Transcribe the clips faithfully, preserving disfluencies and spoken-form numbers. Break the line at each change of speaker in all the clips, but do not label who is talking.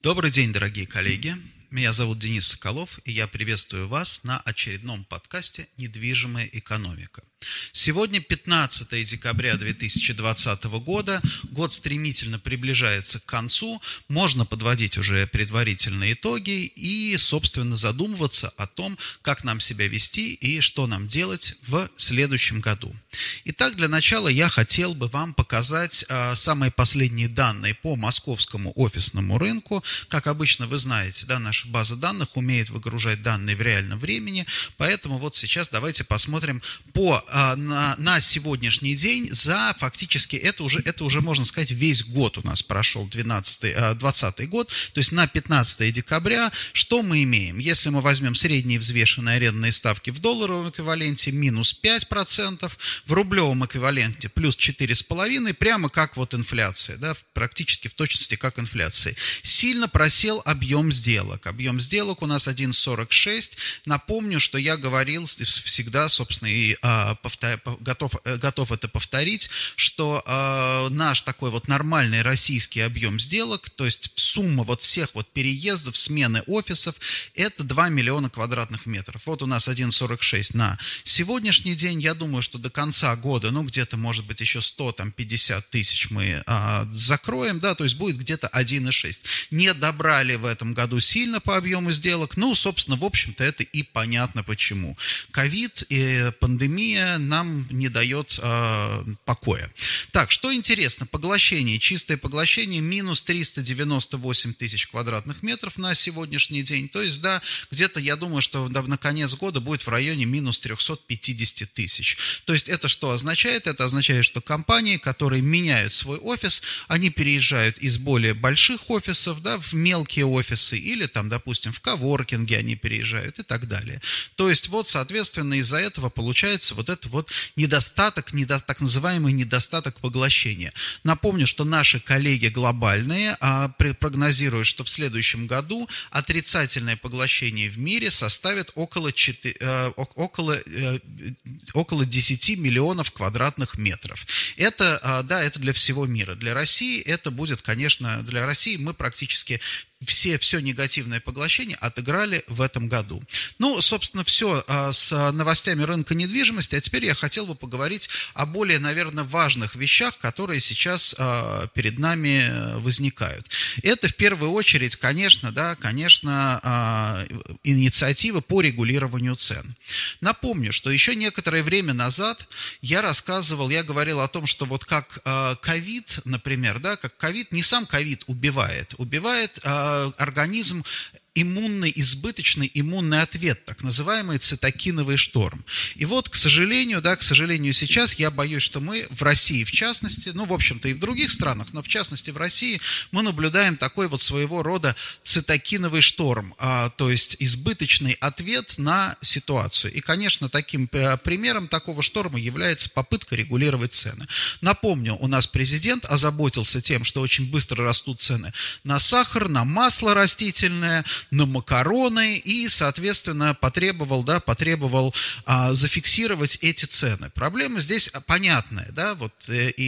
Добрый день, дорогие коллеги. Меня зовут Денис Соколов, и я приветствую вас на очередном подкасте «Недвижимая экономика». Сегодня пятнадцатое декабря две тысячи двадцатого года, год стремительно приближается к концу, можно подводить уже предварительные итоги и, собственно, задумываться о том, как нам себя вести и что нам делать в следующем году. Итак, для начала я хотел бы вам показать а, самые последние данные по московскому офисному рынку. Как обычно, вы знаете, да, наша база данных умеет выгружать данные в реальном времени, поэтому вот сейчас давайте посмотрим по На, на сегодняшний день за фактически это уже, это уже можно сказать весь год у нас прошел двенадцатый, двадцатый год, то есть на пятнадцатое декабря что мы имеем? Если мы возьмем средние взвешенные арендные ставки в долларовом эквиваленте минус пять процентов, в рублевом эквиваленте плюс четыре целых пять десятых, прямо как вот инфляция, да, практически в точности как инфляция. Сильно просел объем сделок. Объем сделок у нас один целых сорок шесть. Напомню, что я говорил всегда, собственно, и а, повтор... готов, готов это повторить, что э, наш такой вот нормальный российский объем сделок, то есть сумма вот всех вот переездов, смены офисов, это два миллиона квадратных метров. Вот у нас один целых сорок шесть на сегодняшний день. Я думаю, что до конца года, ну, где-то, может быть, еще сто пятьдесят тысяч мы э, закроем, да, то есть будет где-то один целых шесть. Не добрали в этом году сильно по объему сделок, ну, собственно, в общем-то, это и понятно почему. Ковид и пандемия нам не дает э, покоя. Так, что интересно, поглощение, чистое поглощение минус триста девяносто восемь тысяч квадратных метров на сегодняшний день, то есть, да, где-то, я думаю, что да, на конец года будет в районе минус триста пятьдесят тысяч. То есть, это что означает? Это означает, что компании, которые меняют свой офис, они переезжают из более больших офисов, да, в мелкие офисы, или там, допустим, в коворкинге они переезжают и так далее. То есть, вот, соответственно, из-за этого получается вот это вот недостаток, недо, так называемый недостаток поглощения. Напомню, что наши коллеги глобальные а, прогнозируют, что в следующем году отрицательное поглощение в мире составит около, четыре, э, около, э, около десять миллионов квадратных метров. Это, а, да, это для всего мира. Для России это будет, конечно, для России мы практически все, все негативное поглощение отыграли в этом году. Ну, собственно, все а, с новостями рынка недвижимости, а теперь я хотел бы поговорить о более, наверное, важных вещах, которые сейчас а, перед нами возникают. Это в первую очередь, конечно, да, конечно, а, инициатива по регулированию цен. Напомню, что еще некоторое время назад я рассказывал, я говорил о том, что вот как ковид, а, например, да, как ковид, не сам ковид убивает, убивает а, организм, иммунный, избыточный иммунный ответ, так называемый цитокиновый шторм. И вот, к сожалению, да, к сожалению, сейчас я боюсь, что мы в России, в частности, ну, в общем-то, и в других странах, но в частности в России, мы наблюдаем такой вот своего рода цитокиновый шторм, а, то есть избыточный ответ на ситуацию. И, конечно, таким примером такого шторма является попытка регулировать цены. Напомню, у нас президент озаботился тем, что очень быстро растут цены на сахар, на масло растительное, на макароны и, соответственно, потребовал, да, потребовал а, зафиксировать эти цены. Проблема здесь понятная, да, вот,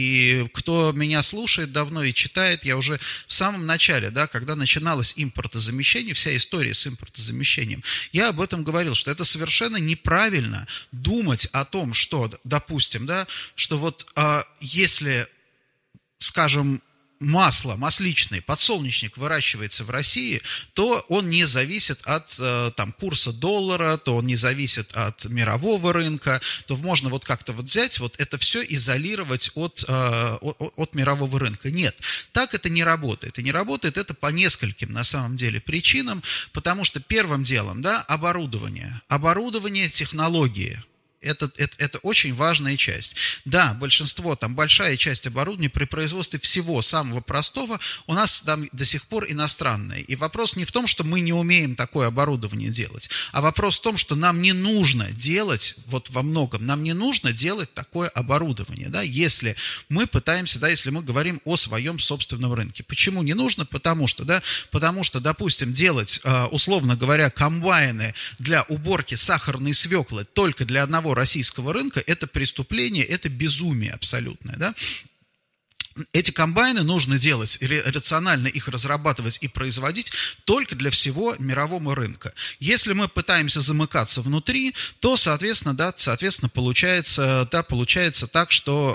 и кто меня слушает давно и читает, я уже в самом начале, да, когда начиналось импортозамещение, вся история с импортозамещением, я об этом говорил, что это совершенно неправильно думать о том, что, допустим, да, что вот а, если, скажем, масло, масличный, подсолнечник выращивается в России, то он не зависит от там, курса доллара, то он не зависит от мирового рынка, то можно вот как-то вот взять, вот это все изолировать от, от, от мирового рынка. Нет, так это не работает. И не работает это по нескольким, на самом деле, причинам, потому что первым делом, да, оборудование, оборудование, технологии. Это, это, это очень важная часть. Да, большинство, там большая часть оборудования при производстве всего самого простого у нас там до сих пор иностранное. И вопрос не в том, что мы не умеем такое оборудование делать, а вопрос в том, что нам не нужно делать, вот во многом, нам не нужно делать такое оборудование, да, если мы пытаемся, да, если мы говорим о своем собственном рынке. Почему не нужно? Потому что, да, потому что, допустим, делать, условно говоря, комбайны для уборки сахарной свеклы только для одного российского рынка, это преступление, это безумие абсолютное, да. Эти комбайны нужно делать, рационально их разрабатывать и производить только для всего мирового рынка. Если мы пытаемся замыкаться внутри, то, соответственно, да, соответственно, получается, да, получается так, что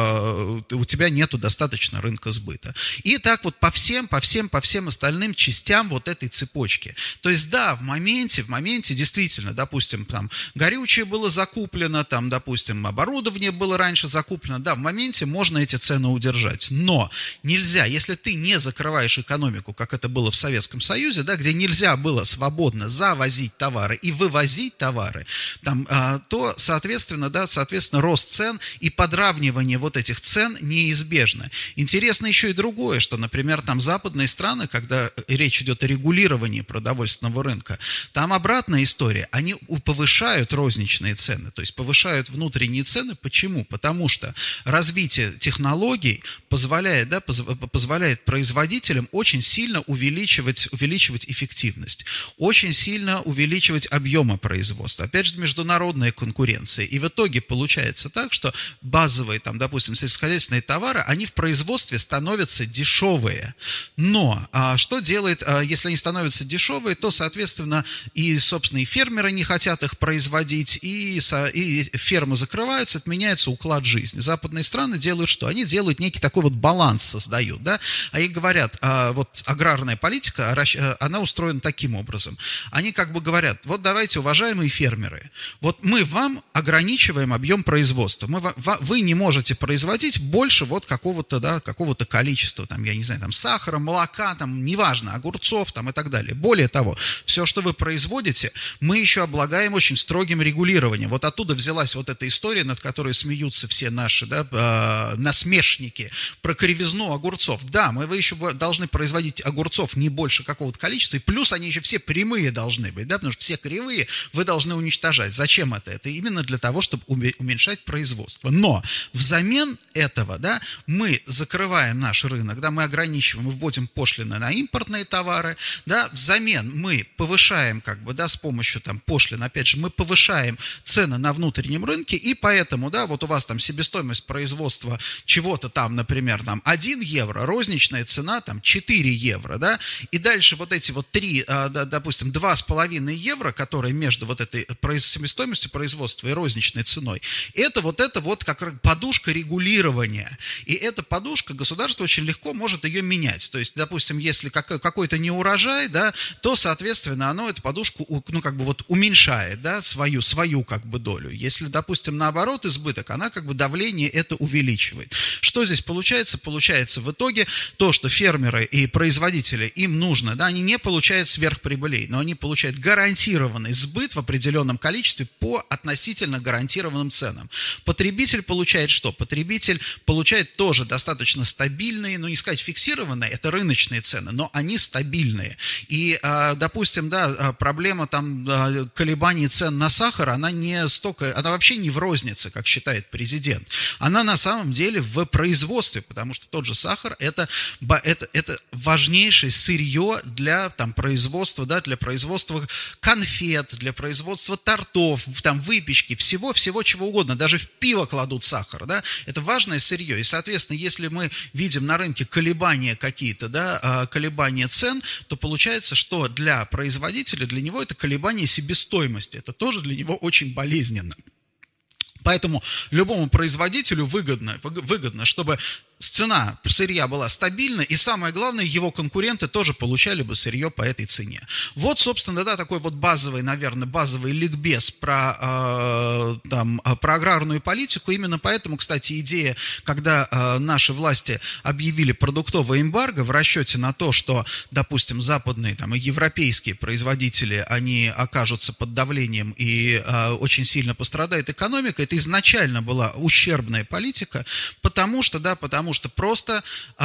э, у тебя нету достаточно рынка сбыта. И так вот по всем, по всем, по всем остальным частям вот этой цепочки. То есть, да, в моменте, в моменте действительно, допустим, там горючее было закуплено, там, допустим, оборудование было раньше закуплено, да, в моменте можно эти цены удержать. Но нельзя, если ты не закрываешь экономику, как это было в Советском Союзе, да, где нельзя было свободно завозить товары и вывозить товары, там, а, то, соответственно, да, соответственно, рост цен и подравнивание вот этих цен неизбежно. Интересно еще и другое, что, например, там западные страны, когда речь идет о регулировании продовольственного рынка, там обратная история, они повышают розничные цены, то есть повышают внутренние цены. Почему? Потому что развитие технологий позволяет, да, позволяет производителям очень сильно увеличивать, увеличивать эффективность, очень сильно увеличивать объемы производства. Опять же, международная конкуренция. И в итоге получается так, что базовые, там, допустим, сельскохозяйственные товары, они в производстве становятся дешевые. Но а, что делает, а, если они становятся дешевые, то, соответственно, и, собственно, и фермеры не хотят их производить, и, и фермы закрываются, отменяется уклад жизни. Западные страны делают что? Они делают некий такой вот баланс, создают, да, а и говорят, а, вот аграрная политика, она устроена таким образом. Они как бы говорят, вот давайте, уважаемые фермеры, вот мы вам ограничиваем объем производства, мы, вы не можете производить больше вот какого-то, да, какого-то количества, там, я не знаю, там, сахара, молока, там, неважно, огурцов, там, и так далее. Более того, все, что вы производите, мы еще облагаем очень строгим регулированием. Вот оттуда взялась вот эта история, над которой смеются все наши, да, э, насмешники, про кривизну огурцов. Да, мы вы еще должны производить огурцов не больше какого-то количества, и плюс они еще все прямые должны быть, да, потому что все кривые вы должны уничтожать. Зачем это? Это именно для того, чтобы уменьшать производство. Но взамен этого, да, мы закрываем наш рынок, да, мы ограничиваем, мы вводим пошлины на импортные товары, да, взамен мы повышаем, как бы, да, с помощью там пошлин, опять же, мы повышаем цены на внутреннем рынке, и поэтому, да, вот у вас там себестоимость производства чего-то там, например, там один евро, розничная цена там четыре евро, да, и дальше вот эти вот три, допустим, два с половиной евро, которые между вот этой себестоимостью производства и розничной ценой, это вот это вот как подушка регулирования, и эта подушка, государство очень легко может ее менять, то есть, допустим, если какой-то неурожай, да, то, соответственно, оно эту подушку, ну, как бы вот уменьшает, да, свою, свою, как бы, долю, если, допустим, наоборот, избыток, она, как бы, давление это увеличивает. Что здесь получается? Получается в итоге то, что фермеры и производители, им нужно, да, они не получают сверхприбылей, но они получают гарантированный сбыт в определенном количестве по относительно гарантированным ценам. Потребитель получает что? Потребитель получает тоже достаточно стабильные, ну не сказать фиксированные, это рыночные цены, но они стабильные. И, допустим, да, проблема там колебаний цен на сахар, она не столько, она вообще не в рознице, как считает президент. Она на самом деле в производстве, потому что тот же сахар это, это, это важнейшее сырье для там, производства, да, для производства конфет, для производства тортов, там, выпечки, всего-всего чего угодно. Даже в пиво кладут сахар, да, это важное сырье. И, соответственно, если мы видим на рынке колебания какие-то, да, колебания цен, то получается, что для производителя, для него это колебание себестоимости. Это тоже для него очень болезненно. Поэтому любому производителю выгодно, выгодно, чтобы цена сырья была стабильна, и самое главное, его конкуренты тоже получали бы сырье по этой цене. Вот, собственно, да, такой вот базовый, наверное, базовый ликбез про, э, там, про аграрную политику. Именно поэтому, кстати, идея, когда э, наши власти объявили продуктовое эмбарго в расчете на то, что, допустим, западные там, и европейские производители, они окажутся под давлением и э, очень сильно пострадает экономика, это изначально была ущербная политика, потому что, да, потому Потому что просто а,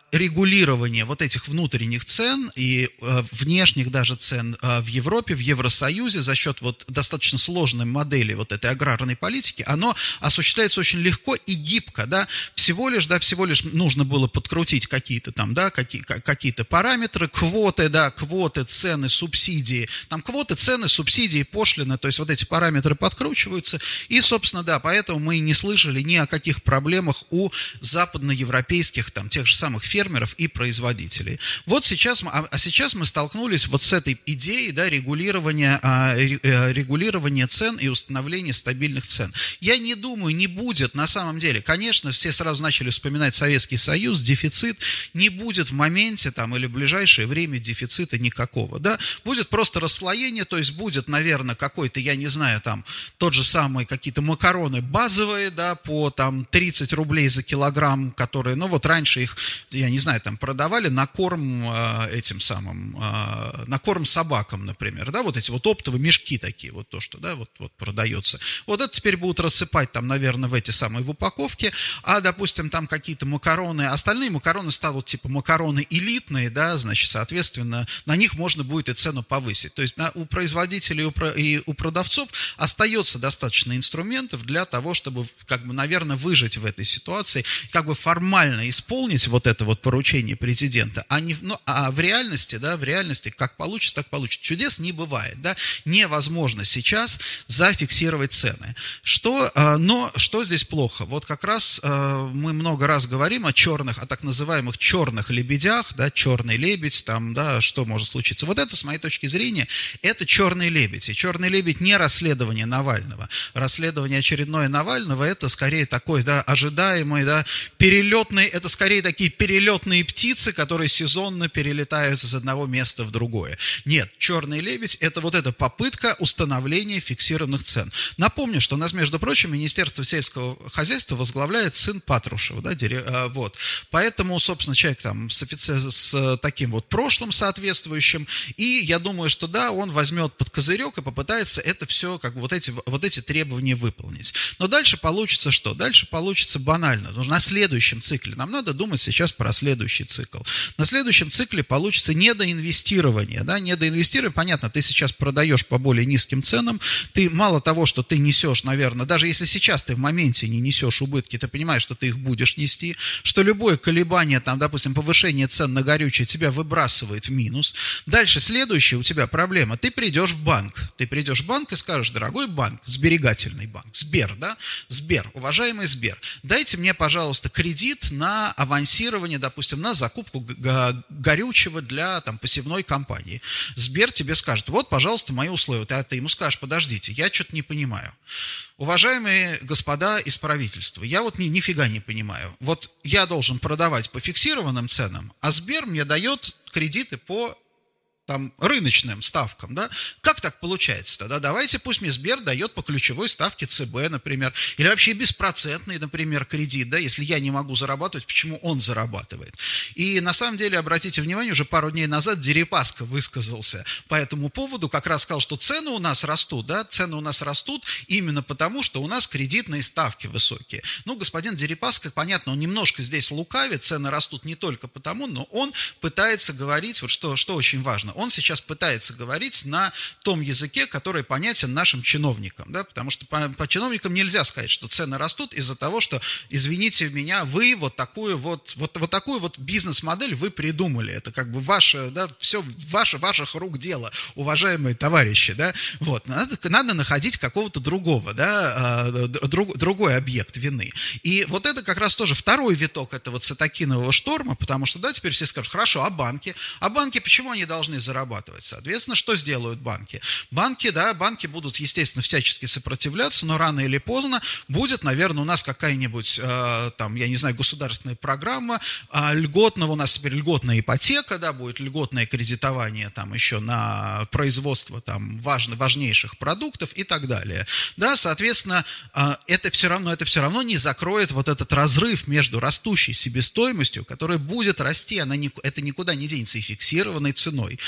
регулирование вот этих внутренних цен и э, внешних даже цен э, в Европе, в Евросоюзе за счет вот достаточно сложной модели вот этой аграрной политики, оно осуществляется очень легко и гибко, да, всего лишь, да, всего лишь нужно было подкрутить какие-то там, да, какие, какие-то параметры, квоты, да, квоты, цены, субсидии, там квоты, цены, субсидии, пошлины, то есть вот эти параметры подкручиваются, и, собственно, да, поэтому мы не слышали ни о каких проблемах у западноевропейских, там, тех же самых фермеров, фермеров и производителей. Вот сейчас мы, а сейчас мы столкнулись вот с этой идеей, да, регулирования, а, регулирования цен и установления стабильных цен. Я не думаю, не будет на самом деле. Конечно, все сразу начали вспоминать Советский Союз, дефицит. Не будет в моменте там, или в ближайшее время дефицита никакого. Да? Будет просто расслоение, то есть будет, наверное, какой-то, я не знаю, там, тот же самый, какие-то макароны базовые, да, по там тридцать рублей за килограмм, которые, ну вот раньше их, я не знаю, там продавали на корм э, этим самым, э, на корм собакам, например, да, вот эти вот оптовые мешки такие, вот то, что, да, вот, вот продается. Вот это теперь будут рассыпать там, наверное, в эти самые в упаковке, а, допустим, там какие-то макароны, остальные макароны станут типа макароны элитные, да, значит, соответственно, на них можно будет и цену повысить. То есть на, у производителей и у, и у продавцов остается достаточно инструментов для того, чтобы, как бы, наверное, выжить в этой ситуации, как бы формально исполнить вот это вот поручение президента, а, не, ну, а в реальности, да, в реальности, как получится, так получится. Чудес не бывает, да, невозможно сейчас зафиксировать цены. Что, но что здесь плохо? Вот как раз мы много раз говорим о черных, о так называемых черных лебедях, да, черный лебедь, там, да, что может случиться. Вот это, с моей точки зрения, это черный лебедь. И черный лебедь не расследование Навального. Расследование очередное Навального, это скорее такой, да, ожидаемый, да, перелетный, это скорее такие перелетные птицы, которые сезонно перелетают из одного места в другое. Нет, черный лебедь – это вот эта попытка установления фиксированных цен. Напомню, что у нас, между прочим, Министерство сельского хозяйства возглавляет сын Патрушева, да, дирек, вот. Поэтому, собственно, человек там с, офицер, с таким вот прошлым соответствующим, и я думаю, что да, он возьмет под козырек и попытается это все, как бы вот эти, вот эти требования выполнить. Но дальше получится что? Дальше получится банально. На следующем цикле нам надо думать сейчас про следующий цикл. На следующем цикле получится недоинвестирование, да, недоинвестирование, понятно, ты сейчас продаешь по более низким ценам, ты мало того, что ты несешь, наверное, даже если сейчас ты в моменте не несешь убытки, ты понимаешь, что ты их будешь нести, что любое колебание, там, допустим, повышение цен на горючее тебя выбрасывает в минус. Дальше следующая у тебя проблема, ты придешь в банк, ты придешь в банк и скажешь: дорогой банк, сберегательный банк, Сбер, да, Сбер, уважаемый Сбер, дайте мне, пожалуйста, кредит на авансирование, допустим, на закупку горючего для там, посевной кампании. Сбер тебе скажет: вот, пожалуйста, мои условия. Ты, а ты ему скажешь: подождите, я что-то не понимаю. Уважаемые господа из правительства, я вот ни, нифига не понимаю. Вот я должен продавать по фиксированным ценам, а Сбер мне дает кредиты по там, рыночным ставкам, да, как так получается тогда? Давайте пусть мне Сбер дает по ключевой ставке ЦБ, например, или вообще беспроцентный, например, кредит, да, если я не могу зарабатывать, почему он зарабатывает? И на самом деле, обратите внимание, уже пару дней назад Дерипаска высказался по этому поводу, как раз сказал, что цены у нас растут, да, цены у нас растут именно потому, что у нас кредитные ставки высокие. Ну, господин Дерипаска, понятно, он немножко здесь лукавит, цены растут не только потому, но он пытается говорить, вот что, что очень важно, он сейчас пытается говорить на том языке, который понятен нашим чиновникам, да, потому что по, по чиновникам нельзя сказать, что цены растут из-за того, что, извините меня, вы вот такую вот, вот, вот такую вот бизнес-модель вы придумали, это как бы ваше, да, все ваше, ваших рук дело, уважаемые товарищи, да, вот, надо, надо находить какого-то другого, да, друг, другой объект вины. И вот это как раз тоже второй виток этого цитокинового шторма, потому что, да, теперь все скажут: хорошо, а банки? А банки почему они должны зарабатывать? Соответственно, что сделают банки? Банки, да, банки будут, естественно, всячески сопротивляться, но рано или поздно будет, наверное, у нас какая-нибудь, э, там, я не знаю, государственная программа э, льготного, у нас теперь льготная ипотека, да, будет льготное кредитование там еще на производство там важно, важнейших продуктов и так далее. Да, соответственно, э, это все равно, это все равно не закроет вот этот разрыв между растущей себестоимостью, которая будет расти, она не, это никуда не денется, и фиксированной ценой.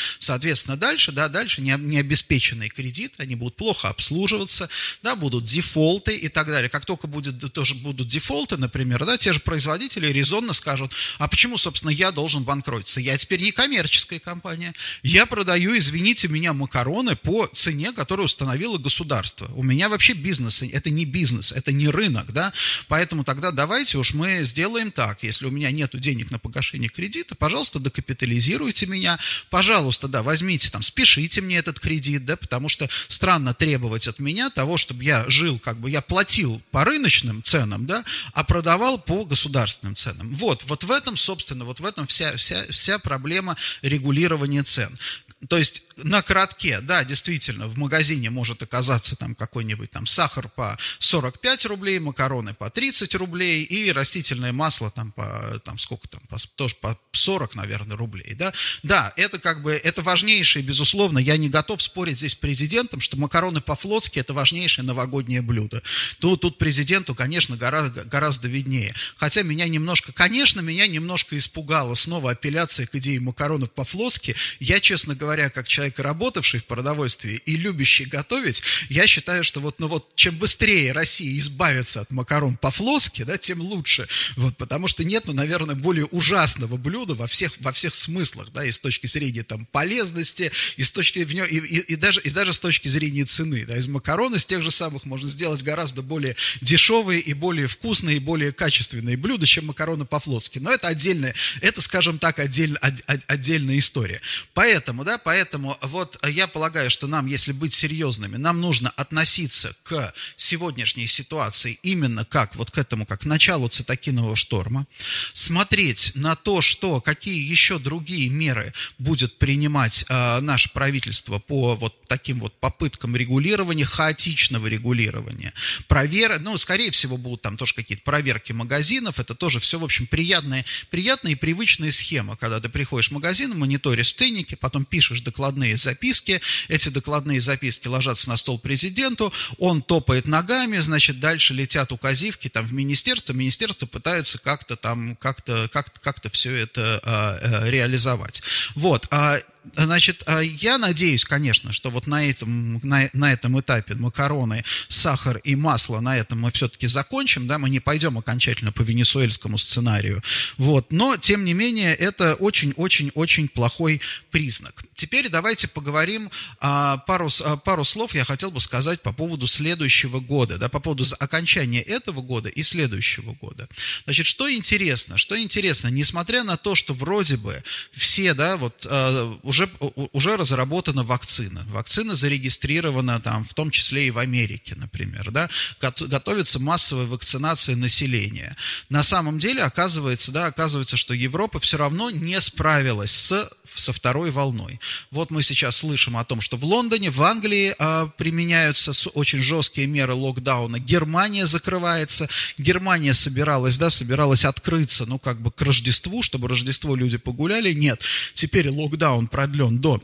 Соответственно, дальше, да, дальше необеспеченные кредиты, они будут плохо обслуживаться, да, будут дефолты и так далее. Как только будет, тоже будут дефолты, например, да, те же производители резонно скажут, а почему, собственно, я должен банкротиться? Я теперь не коммерческая компания, я продаю, извините меня, макароны по цене, которую установило государство. У меня вообще бизнес, это не бизнес, это не рынок, да, поэтому тогда давайте уж мы сделаем так, если у меня нет денег на погашение кредита, пожалуйста, докапитализируйте меня, пожалуйста, да, возьмите там, спешите мне этот кредит, да, потому что странно требовать от меня того, чтобы я жил, как бы, я платил по рыночным ценам, да, а продавал по государственным ценам. Вот, вот в этом, собственно, вот в этом вся, вся, вся проблема регулирования цен. То есть на коротке, да, действительно, в магазине может оказаться там какой-нибудь там сахар по сорок пять рублей, макароны по тридцать рублей и растительное масло там по, там сколько там, по, тоже по сорок, наверное, рублей, да. Да, это как бы, это важнейшее, безусловно, я не готов спорить здесь с президентом, что макароны по-флотски это важнейшее новогоднее блюдо. Тут, тут президенту, конечно, гораздо, гораздо виднее. Хотя меня немножко, конечно, меня немножко испугала снова апелляция к идее макаронов по-флотски. Я, честно говоря, говоря, как человек, работавший в продовольствии и любящий готовить, я считаю, что вот, ну вот, чем быстрее Россия избавится от макарон по-флотски, да, тем лучше. Вот, потому что нет, ну, наверное, более ужасного блюда во всех, во всех смыслах, да, и с точки зрения там полезности, и с точки и, и, и, даже, и даже с точки зрения цены. Да, из макарон, из тех же самых можно сделать гораздо более дешевые и более вкусные, и более качественные блюда, чем макароны по-флотски. Но это отдельная, это, скажем так, отдель, от, отдельная история. Поэтому, да, поэтому вот я полагаю, что нам, если быть серьезными, нам нужно относиться к сегодняшней ситуации именно как вот к этому, как к началу цитокинового шторма, смотреть на то, что, какие еще другие меры будет принимать э, наше правительство по вот таким вот попыткам регулирования, хаотичного регулирования, проверы, ну, скорее всего, будут там тоже какие-то проверки магазинов, это тоже все, в общем, приятная, приятная и привычная схема, когда ты приходишь в магазин, мониторишь ценники, потом пишешь докладные записки, эти докладные записки ложатся на стол президенту, он топает ногами, значит, дальше летят указивки там в министерство, министерство пытается как-то там, как-то, как-то, как-то все это а, реализовать. Вот, а Значит, я надеюсь, конечно, что вот на этом, на, на этом этапе макароны, сахар и масло, на этом мы все-таки закончим, да, мы не пойдем окончательно по венесуэльскому сценарию, вот, но, тем не менее, это очень-очень-очень плохой признак. Теперь давайте поговорим, а, пару, пару слов я хотел бы сказать по поводу следующего года, да, по поводу окончания этого года и следующего года. Значит, что интересно, что интересно, несмотря на то, что вроде бы все, да, вот, уже, уже разработана вакцина. Вакцина зарегистрирована там, в том числе и в Америке, например, да, готовится массовая вакцинация населения. На самом деле, оказывается, да, оказывается, что Европа все равно не справилась с, со второй волной. Вот мы сейчас слышим о том, что в Лондоне, в Англии а, применяются очень жесткие меры локдауна, Германия закрывается, Германия собиралась, да, собиралась открыться, ну, как бы к Рождеству, чтобы Рождество люди погуляли, нет, теперь локдаун продлен до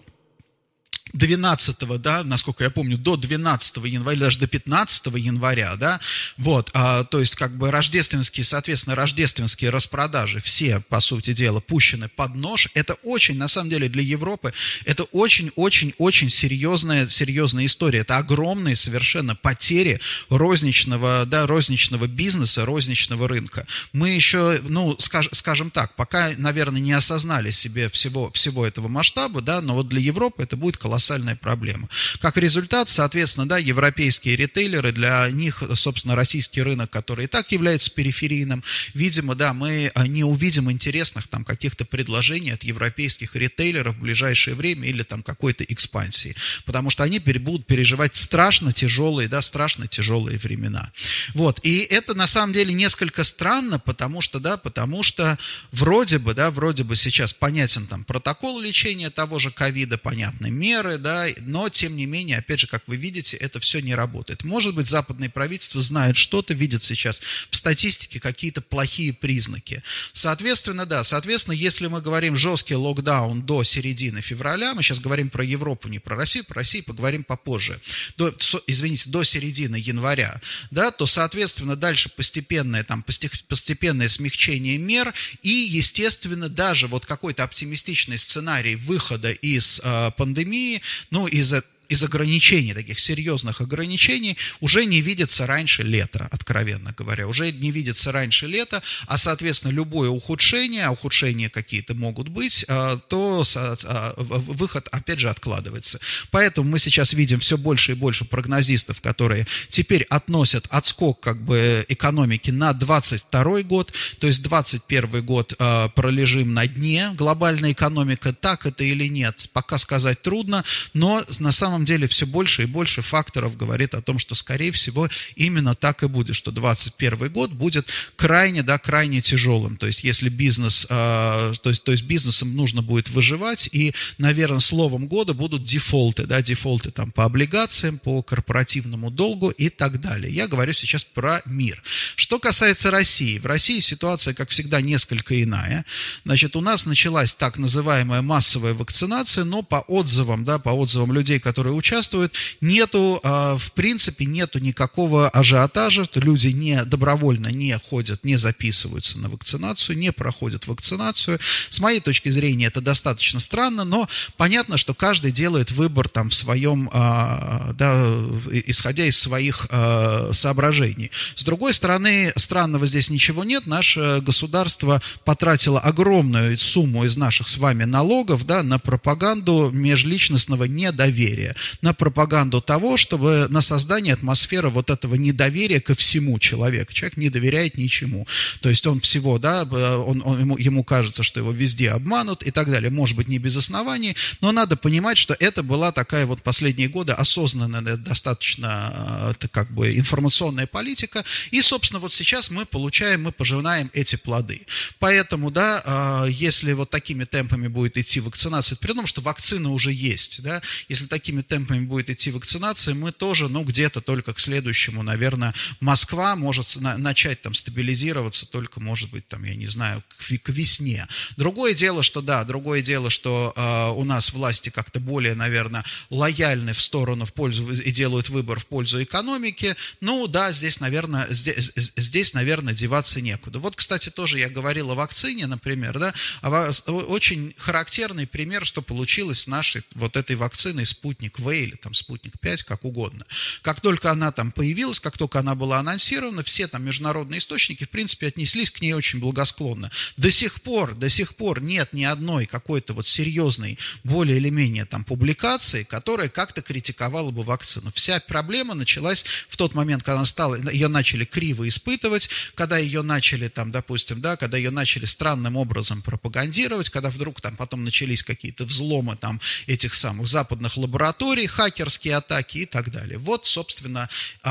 двенадцатого, да, насколько я помню, до двенадцатого января, даже до пятнадцатого января, да, вот, а, то есть, как бы, рождественские, соответственно, рождественские распродажи все, по сути дела, пущены под нож, это очень, на самом деле, для Европы, это очень-очень-очень серьезная, серьезная история, это огромные совершенно потери розничного, да, розничного бизнеса, розничного рынка. Мы еще, ну, скаж, скажем так, пока, наверное, не осознали себе всего, всего этого масштаба, да, но вот для Европы это будет колоссально колоссальная проблема. Как результат, соответственно, да, европейские ритейлеры, для них, собственно, российский рынок, который и так является периферийным, видимо, да, мы не увидим интересных там каких-то предложений от европейских ритейлеров в ближайшее время или там какой-то экспансии, потому что они будут переживать страшно тяжелые, да, страшно тяжелые времена. Вот, и это на самом деле несколько странно, потому что, да, потому что вроде бы, да, вроде бы сейчас понятен там протокол лечения того же ковида, понятны меры, да, но, тем не менее, опять же, как вы видите, это все не работает. Может быть, западные правительства знают что-то, видят сейчас в статистике какие-то плохие признаки. Соответственно, да, соответственно, если мы говорим жесткий локдаун до середины февраля, мы сейчас говорим про Европу, не про Россию, про Россию поговорим попозже, до, извините, до середины января, да, то, соответственно, дальше постепенное, там, постепенное смягчение мер и, естественно, даже вот какой-то оптимистичный сценарий выхода из э, пандемии, ну, из из ограничений, таких серьезных ограничений, уже не видится раньше лета, откровенно говоря. Уже не видится раньше лета, а, соответственно, любое ухудшение, а ухудшения какие-то могут быть, то выход, опять же, откладывается. Поэтому мы сейчас видим все больше и больше прогнозистов, которые теперь относят отскок как бы экономики на двадцать второй год, то есть двадцать первый год пролежим на дне, глобальная экономика, так это или нет, пока сказать трудно, но на самом деле все больше и больше факторов говорит о том, что, скорее всего, именно так и будет, что двадцать первый год будет крайне, да, крайне тяжелым. То есть, если бизнес, э, то есть, то есть бизнесам нужно будет выживать, и, наверное, словом года будут дефолты, да, дефолты там по облигациям, по корпоративному долгу и так далее. Я говорю сейчас про мир. Что касается России, в России ситуация, как всегда, несколько иная. Значит, у нас началась так называемая массовая вакцинация, но по отзывам, да, по отзывам людей, которые участвуют, нету, в принципе, нету никакого ажиотажа, что люди не добровольно не ходят, не записываются на вакцинацию, не проходят вакцинацию. С моей точки зрения, это достаточно странно, но понятно, что каждый делает выбор там в своем, да, исходя из своих соображений. С другой стороны, странного здесь ничего нет. Наше государство потратило огромную сумму из наших с вами налогов, да, на пропаганду межличностного недоверия, на пропаганду того, чтобы на создание атмосферы вот этого недоверия ко всему человеку. Человек не доверяет ничему. То есть он всего, да, он, он, ему, ему кажется, что его везде обманут и так далее. Может быть, не без оснований, но надо понимать, что это была такая вот последние годы осознанная, достаточно как бы информационная политика. И, собственно, вот сейчас мы получаем, мы пожинаем эти плоды. Поэтому, да, если вот такими темпами будет идти вакцинация, при том, что вакцина уже есть, да, если такими темпами будет идти вакцинация, мы тоже, ну, где-то только к следующему, наверное, Москва может на, начать там стабилизироваться только, может быть, там, я не знаю, к, к весне. Другое дело, что, да, другое дело, что э, у нас власти как-то более, наверное, лояльны в сторону, в пользу, и делают выбор в пользу экономики. Ну, да, здесь, наверное, здесь, здесь, наверное, деваться некуда. Вот, кстати, тоже я говорил о вакцине, например, да, очень характерный пример, что получилось с нашей вот этой вакциной «Спутник В» или там «Спутник пять», как угодно. Как только она там появилась, как только она была анонсирована, все там международные источники, в принципе, отнеслись к ней очень благосклонно. До сих пор, до сих пор нет ни одной какой-то вот серьезной, более или менее там публикации, которая как-то критиковала бы вакцину. Вся проблема началась в тот момент, когда она стала, ее начали криво испытывать, когда ее начали там, допустим, да, когда ее начали странным образом пропагандировать, когда вдруг там потом начались какие-то взломы там этих самых западных лабораторий, хакерские атаки и так далее. Вот, собственно,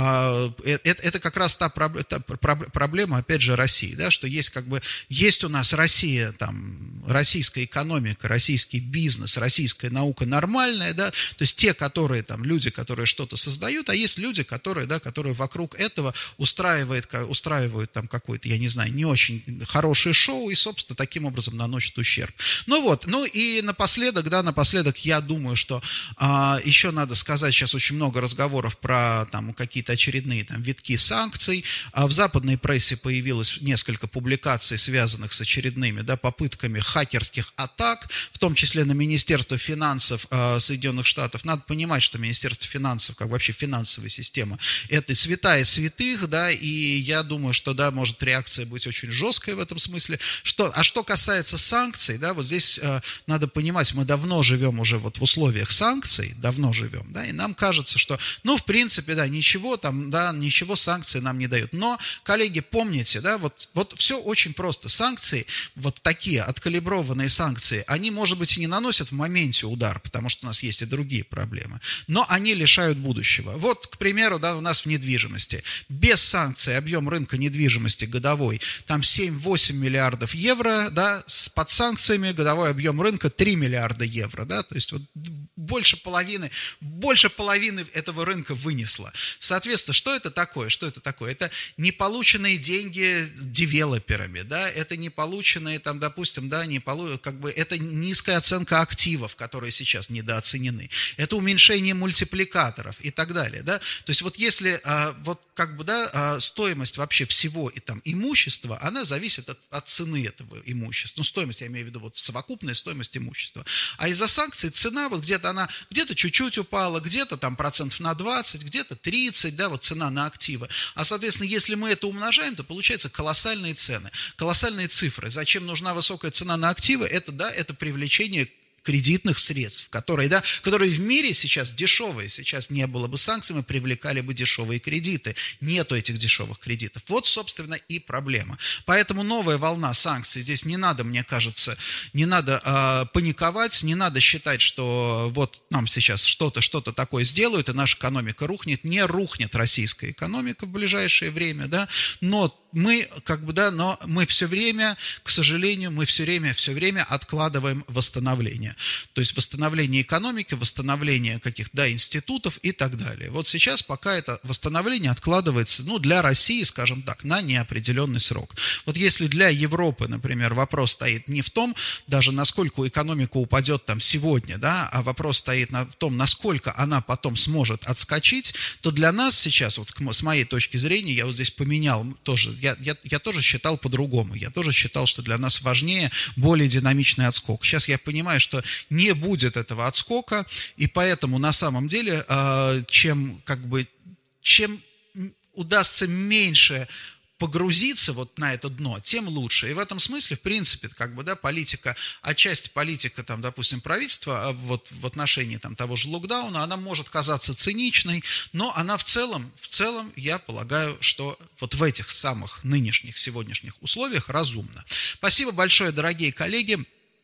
это как раз та проблема, опять же, России, да, что есть как бы, есть у нас Россия, там, российская экономика, российский бизнес, российская наука нормальная, да, то есть те, которые там, люди, которые что-то создают, а есть люди, которые, да, которые вокруг этого устраивают, устраивают там какое-то, я не знаю, не очень хорошее шоу и, собственно, таким образом наносят ущерб. Ну вот, ну и напоследок, да, напоследок я думаю, что а, еще надо сказать, сейчас очень много разговоров про там какие-то очередные там витки санкций. А в западной прессе появилось несколько публикаций, связанных с очередными, да, попытками хакерских атак, в том числе на Министерство финансов а, Соединенных Штатов. Надо понимать, что Министерство финансов, как вообще финансовая система, это святая святых, да, и я думаю, что, да, может реакция быть очень жесткой в этом смысле. Что, а что касается санкций, да, вот здесь а, надо понимать, мы давно живем уже вот в условиях санкций, давно живем, да, и нам кажется, что, ну, в принципе, да, ничего там, да, ничего санкции нам не дают. Но, коллеги, помните, да, вот, вот все очень просто. Санкции, вот такие откалиброванные санкции, они, может быть, и не наносят в моменте удар, потому что у нас есть и другие проблемы, но они лишают будущего. Вот, к примеру, да, у нас в недвижимости. Без санкций объем рынка недвижимости годовой, там семь-восемь миллиардов евро, да, с, под санкциями годовой объем рынка три миллиарда евро, да, то есть вот больше половины, больше половины этого рынка вынесло. Соответственно, что это такое? Что это такое? Это неполученные деньги девелоперами, да, это неполученные, там, допустим, да, не полу... как бы это низкая оценка активов, которые сейчас недооценены, это уменьшение мультипликаторов и так далее, да. То есть вот если а, вот как бы, да, а, стоимость вообще всего и там имущества, она зависит от, от цены этого имущества. Ну, стоимость, я имею в виду, вот совокупная стоимость имущества. А из-за санкций цена вот где-то она, где-то чуть-чуть упала, где-то там процентов на двадцать, где-то тридцать, да, вот цена на активы. А, соответственно, если мы это умножаем, то получается колоссальные цены, колоссальные цифры. Зачем нужна высокая цена на активы? Это, да, это привлечение кредитных средств, которые, да, которые в мире сейчас дешевые. Сейчас не было бы санкций, мы привлекали бы дешевые кредиты. Нету этих дешевых кредитов. Вот, собственно, и проблема. Поэтому новая волна санкций. Здесь не надо, мне кажется, не надо э, паниковать, не надо считать, что вот нам сейчас что-то, что-то такое сделают, и наша экономика рухнет. Не рухнет российская экономика в ближайшее время, да, но мы, как бы, да, но мы все время, к сожалению, мы все время, все время откладываем восстановление. То есть восстановление экономики, восстановление каких-то, да, институтов и так далее. Вот сейчас пока это восстановление откладывается, ну, для России, скажем так, на неопределенный срок. Вот если для Европы, например, вопрос стоит не в том, даже насколько экономика упадет там сегодня, да, а вопрос стоит на, в том, насколько она потом сможет отскочить, то для нас сейчас, вот с моей точки зрения, я вот здесь поменял тоже, Я, я, я тоже считал по-другому. Я тоже считал, что для нас важнее более динамичный отскок. Сейчас я понимаю, что не будет этого отскока, и поэтому на самом деле, э, чем, как бы, чем удастся меньше погрузиться вот на это дно, тем лучше. И в этом смысле, в принципе, как бы, да, политика, отчасти политика, там, допустим, правительства вот в отношении там того же локдауна, она может казаться циничной, но она в целом, в целом, я полагаю, что вот в этих самых нынешних, сегодняшних условиях разумно. Спасибо большое, дорогие коллеги.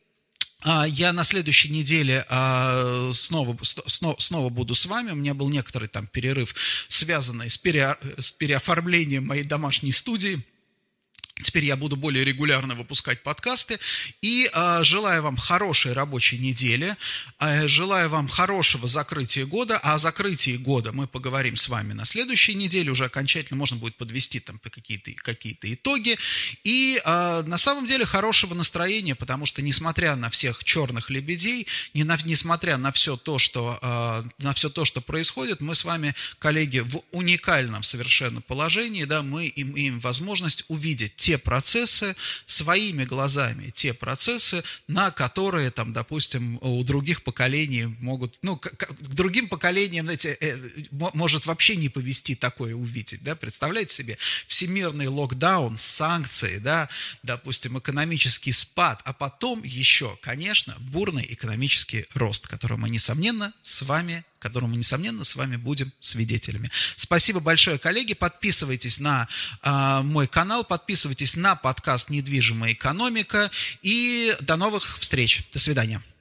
Я на следующей неделе снова, снова, снова буду с вами. У меня был некоторый там перерыв, связанный с, пере, с переоформлением моей домашней студии. Теперь я буду более регулярно выпускать подкасты. И э, желаю вам хорошей рабочей недели, э, желаю вам хорошего закрытия года. А о закрытии года мы поговорим с вами на следующей неделе. Уже окончательно можно будет подвести там какие-то, какие-то итоги. И э, на самом деле хорошего настроения, потому что несмотря на всех черных лебедей, не на, несмотря на все, то, что, э, на все то, что происходит, мы с вами, коллеги, в уникальном совершенно положении, да, мы имеем возможность увидеть те процессы своими глазами, те процессы, на которые, там, допустим, у других поколений могут, ну, к, к другим поколениям, знаете, э, может вообще не повезти такое увидеть, да, представляете себе, всемирный локдаун, санкции, да, допустим, экономический спад, а потом еще, конечно, бурный экономический рост, который мы, несомненно, с вами которому, несомненно, с вами будем свидетелями. Спасибо большое, коллеги. Подписывайтесь на э, мой канал, подписывайтесь на подкаст «Недвижимая экономика». И до новых встреч. До свидания.